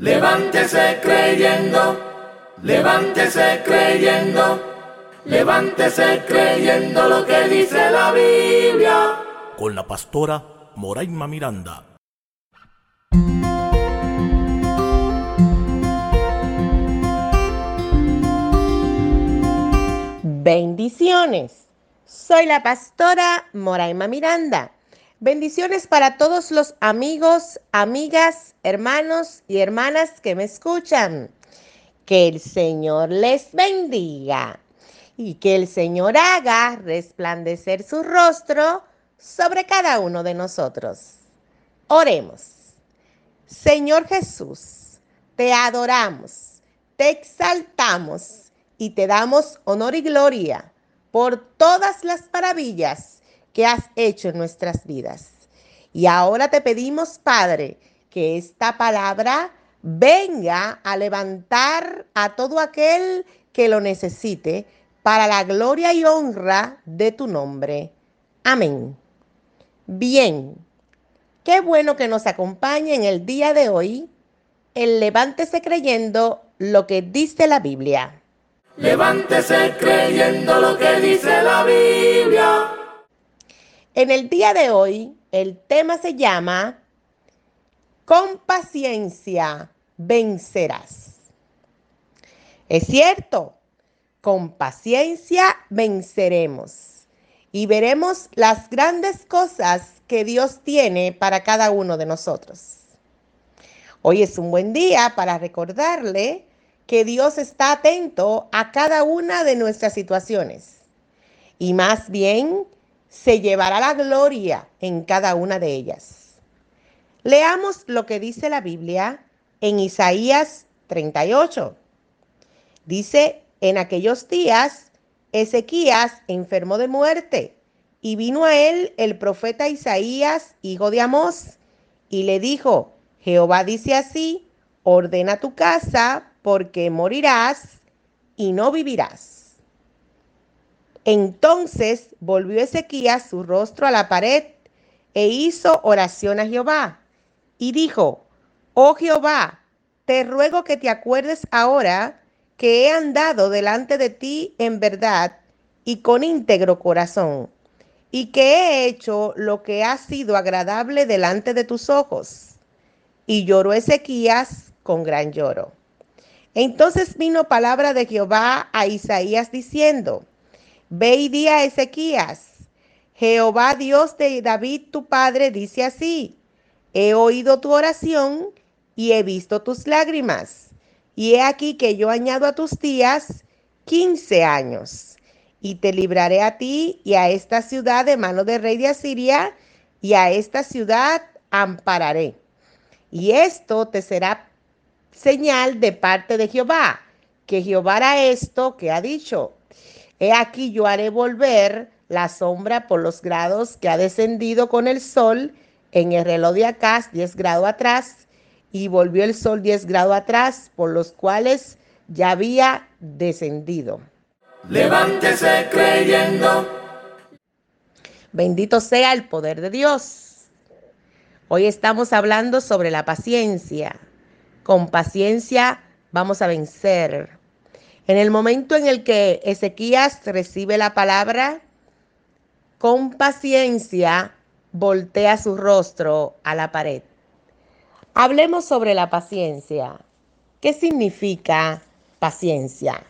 Levántese creyendo, levántese creyendo, levántese creyendo lo que dice la Biblia. Con la pastora Moraima Miranda. Bendiciones. Soy la pastora Moraima Miranda. Bendiciones para todos los amigos, amigas, hermanos y hermanas que me escuchan. Que el Señor les bendiga y que el Señor haga resplandecer su rostro sobre cada uno de nosotros. Oremos. Señor Jesús, te adoramos, te exaltamos y te damos honor y gloria por todas las maravillas que has hecho en nuestras vidas. Y ahora te pedimos, Padre, que esta palabra venga a levantar a todo aquel que lo necesite para la gloria y honra de tu nombre. Amén. Bien, qué bueno que nos acompañe en el día de hoy el Levántese creyendo lo que dice la Biblia. Levántese creyendo lo que dice la Biblia. En el día de hoy, el tema se llama Con paciencia vencerás. Es cierto, con paciencia venceremos y veremos las grandes cosas que Dios tiene para cada uno de nosotros. Hoy es un buen día para recordarle que Dios está atento a cada una de nuestras situaciones y más bien se llevará la gloria en cada una de ellas. Leamos lo que dice la Biblia en Isaías 38. Dice, en aquellos días, Ezequías enfermó de muerte y vino a él el profeta Isaías, hijo de Amós, y le dijo, Jehová dice así, ordena tu casa porque morirás y no vivirás. Entonces volvió Ezequías su rostro a la pared e hizo oración a Jehová y dijo, oh Jehová, te ruego que te acuerdes ahora que he andado delante de ti en verdad y con íntegro corazón, y que he hecho lo que ha sido agradable delante de tus ojos. Y lloró Ezequías con gran lloro. Entonces vino palabra de Jehová a Isaías diciendo, ve y di a Ezequías, Jehová Dios de David tu padre dice así, he oído tu oración y he visto tus lágrimas, y he aquí que yo añado a tus días 15 años, y te libraré a ti y a esta ciudad de mano del rey de Asiria, y a esta ciudad ampararé. Y esto te será señal de parte de Jehová, que Jehová hará esto que ha dicho. He aquí yo haré volver la sombra por los grados que ha descendido con el sol en el reloj de Acaz 10 grados atrás, y volvió el sol 10 grados atrás, por los cuales ya había descendido. Levántese creyendo. Bendito sea el poder de Dios. Hoy estamos hablando sobre la paciencia. Con paciencia vamos a vencer. En el momento en el que Ezequías recibe la palabra, con paciencia voltea su rostro a la pared. Hablemos sobre la paciencia. ¿Qué significa paciencia?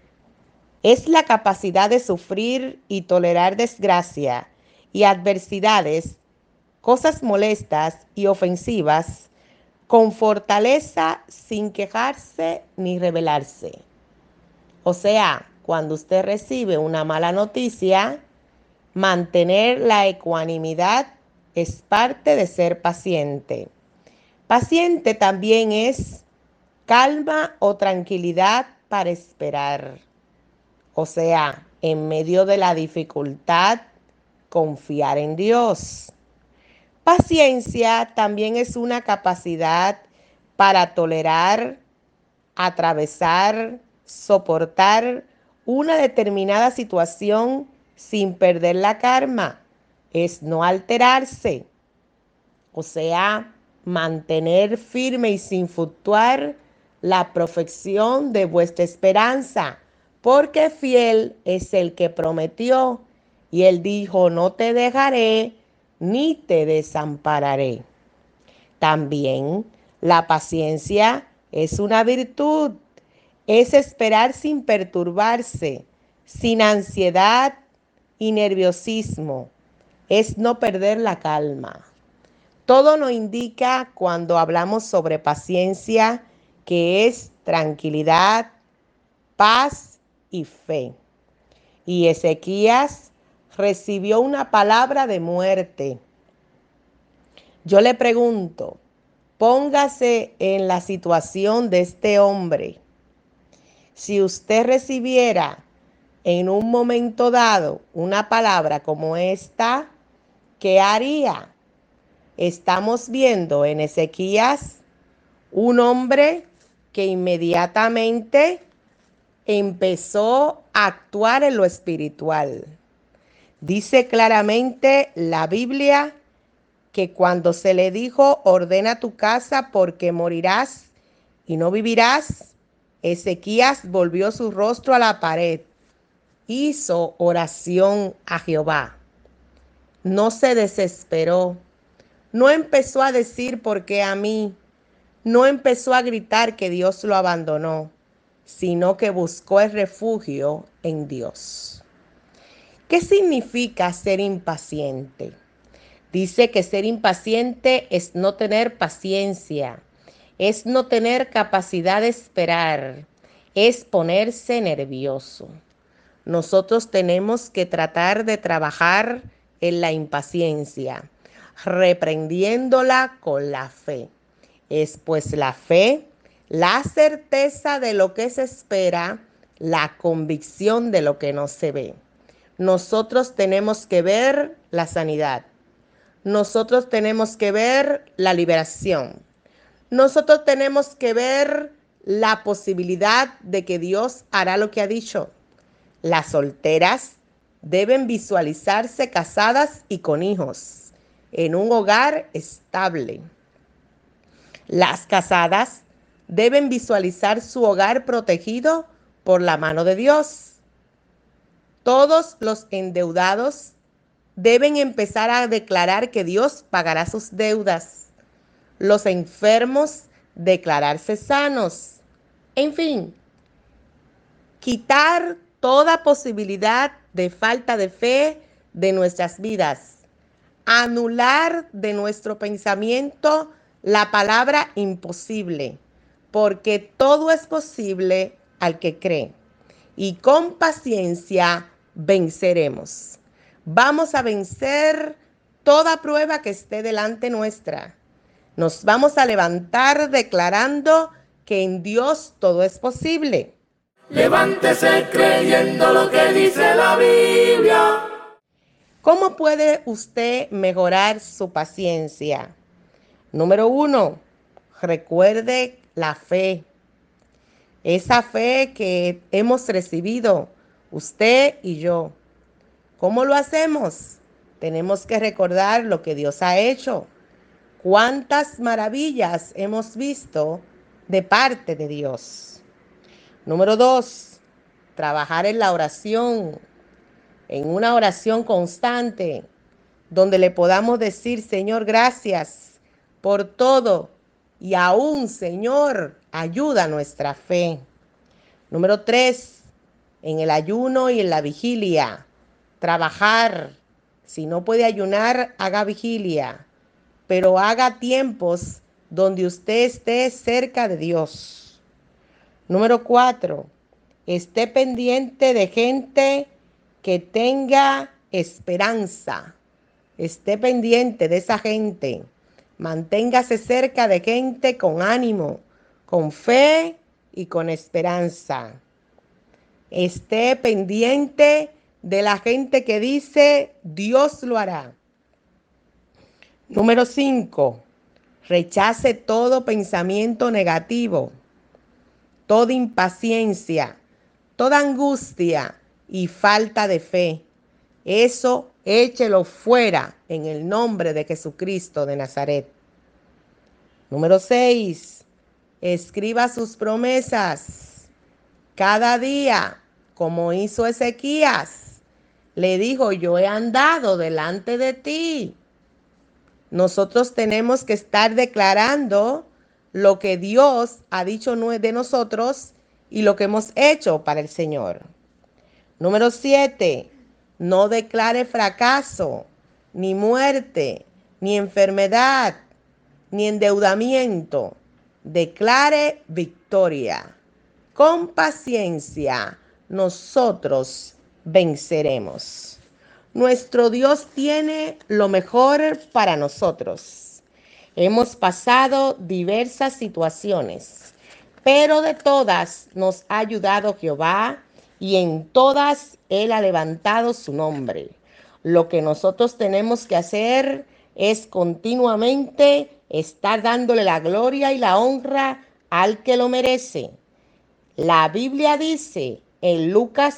Es la capacidad de sufrir y tolerar desgracia y adversidades, cosas molestas y ofensivas, con fortaleza sin quejarse ni rebelarse. O sea, cuando usted recibe una mala noticia, mantener la ecuanimidad es parte de ser paciente. Paciente también es calma o tranquilidad para esperar. O sea, en medio de la dificultad, confiar en Dios. Paciencia también es una capacidad para tolerar, atravesar, soportar una determinada situación sin perder la calma. Es no alterarse. O sea, mantener firme y sin fluctuar la perfección de vuestra esperanza, porque fiel es el que prometió, y él dijo, no te dejaré ni te desampararé. También la paciencia es una virtud, es esperar sin perturbarse, sin ansiedad y nerviosismo, es no perder la calma. Todo nos indica cuando hablamos sobre paciencia que es tranquilidad, paz y fe. Y Ezequías recibió una palabra de muerte. Yo le pregunto, póngase en la situación de este hombre. Si usted recibiera en un momento dado una palabra como esta, ¿qué haría? Estamos viendo en Ezequías un hombre que inmediatamente empezó a actuar en lo espiritual. Dice claramente la Biblia que cuando se le dijo, ordena tu casa porque morirás y no vivirás, Ezequías volvió su rostro a la pared, hizo oración a Jehová. No se desesperó, no empezó a decir por qué a mí, no empezó a gritar que Dios lo abandonó, sino que buscó el refugio en Dios. ¿Qué significa ser impaciente? Dice que ser impaciente es no tener paciencia, es no tener capacidad de esperar, es ponerse nervioso. Nosotros tenemos que tratar de trabajar en la impaciencia, reprendiéndola con la fe. Es pues la fe, la certeza de lo que se espera, la convicción de lo que no se ve. Nosotros tenemos que ver la sanidad. Nosotros tenemos que ver la liberación. Nosotros tenemos que ver la posibilidad de que Dios hará lo que ha dicho. Las solteras deben visualizarse casadas y con hijos en un hogar estable. Las casadas deben visualizar su hogar protegido por la mano de Dios. Todos los endeudados deben empezar a declarar que Dios pagará sus deudas. Los enfermos declararse sanos. En fin, quitar toda posibilidad de falta de fe de nuestras vidas. Anular de nuestro pensamiento la palabra imposible, porque todo es posible al que cree. Y con paciencia venceremos. Vamos a vencer toda prueba que esté delante nuestra. Nos vamos a levantar declarando que en Dios todo es posible. Levántese creyendo lo que dice la Biblia. ¿Cómo puede usted mejorar su paciencia? Número 1, recuerde la fe. Esa fe que hemos recibido usted y yo. ¿Cómo lo hacemos? Tenemos que recordar lo que Dios ha hecho. ¿Cuántas maravillas hemos visto de parte de Dios? Número 2, trabajar en la oración, en una oración constante, donde le podamos decir, Señor, gracias por todo y aún, Señor, ayuda a nuestra fe. Número 3, en el ayuno y en la vigilia, trabajar. Si no puede ayunar, haga vigilia, pero haga tiempos donde usted esté cerca de Dios. Número 4, esté pendiente de gente que tenga esperanza. Esté pendiente de esa gente. Manténgase cerca de gente con ánimo, con fe y con esperanza. Esté pendiente de la gente que dice, Dios lo hará. Número 5, rechace todo pensamiento negativo, toda impaciencia, toda angustia y falta de fe. Eso échelo fuera en el nombre de Jesucristo de Nazaret. Número 6. Escriba sus promesas cada día, como hizo Ezequías. Le dijo, yo he andado delante de ti. Nosotros tenemos que estar declarando lo que Dios ha dicho de nosotros y lo que hemos hecho para el Señor. Número 7. No declare fracaso, ni muerte, ni enfermedad, ni endeudamiento. Declare victoria. Con paciencia nosotros venceremos. Nuestro Dios tiene lo mejor para nosotros. Hemos pasado diversas situaciones, pero de todas nos ha ayudado Jehová y en todas Él ha levantado su nombre. Lo que nosotros tenemos que hacer es continuamente estar dándole la gloria y la honra al que lo merece. La Biblia dice en Lucas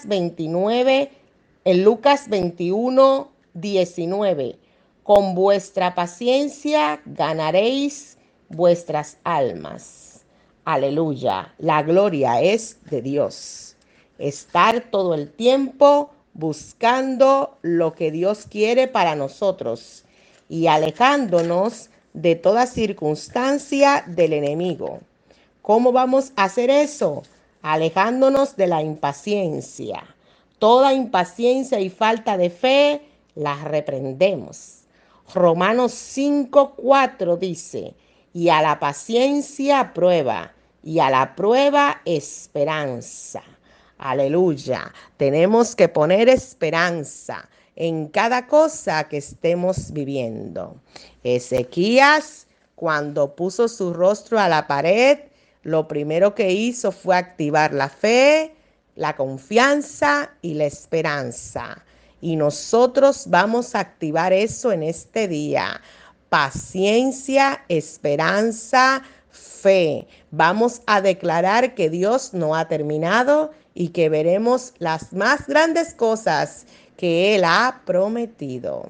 21, 19, con vuestra paciencia ganaréis vuestras almas. Aleluya, la gloria es de Dios. Estar todo el tiempo buscando lo que Dios quiere para nosotros y alejándonos de toda circunstancia del enemigo. ¿Cómo vamos a hacer eso? Alejándonos de la impaciencia. Toda impaciencia y falta de fe la reprendemos. Romanos 5:4 dice, y a la paciencia prueba, y a la prueba esperanza. Aleluya. Tenemos que poner esperanza en cada cosa que estemos viviendo. Ezequías, cuando puso su rostro a la pared, lo primero que hizo fue activar la fe, la confianza y la esperanza. Y nosotros vamos a activar eso en este día. Paciencia, esperanza, fe. Vamos a declarar que Dios no ha terminado y que veremos las más grandes cosas que Él ha prometido.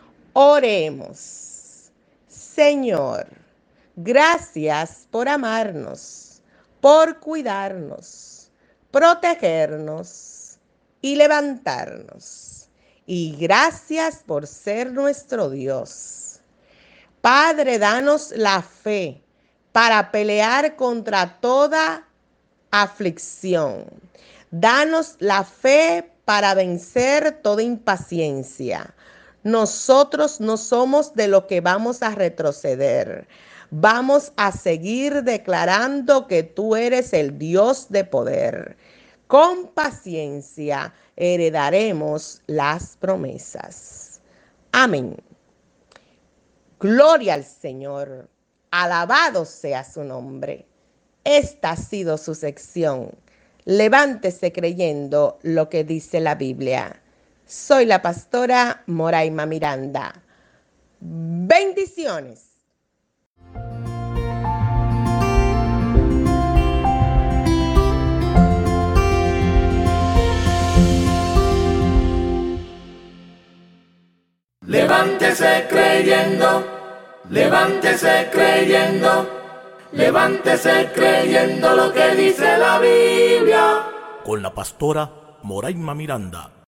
Oremos. Señor, gracias por amarnos, por cuidarnos, protegernos y levantarnos. Y gracias por ser nuestro Dios. Padre, danos la fe para pelear contra toda aflicción. Danos la fe para vencer toda impaciencia. Nosotros no somos de lo que vamos a retroceder. Vamos a seguir declarando que tú eres el Dios de poder. Con paciencia heredaremos las promesas. Amén. Gloria al Señor. Alabado sea su nombre. Esta ha sido su sección. Levántese creyendo lo que dice la Biblia. Soy la pastora Moraima Miranda. Bendiciones. Levántese creyendo, levántese creyendo, levántese creyendo lo que dice la Biblia. Con la pastora Moraima Miranda.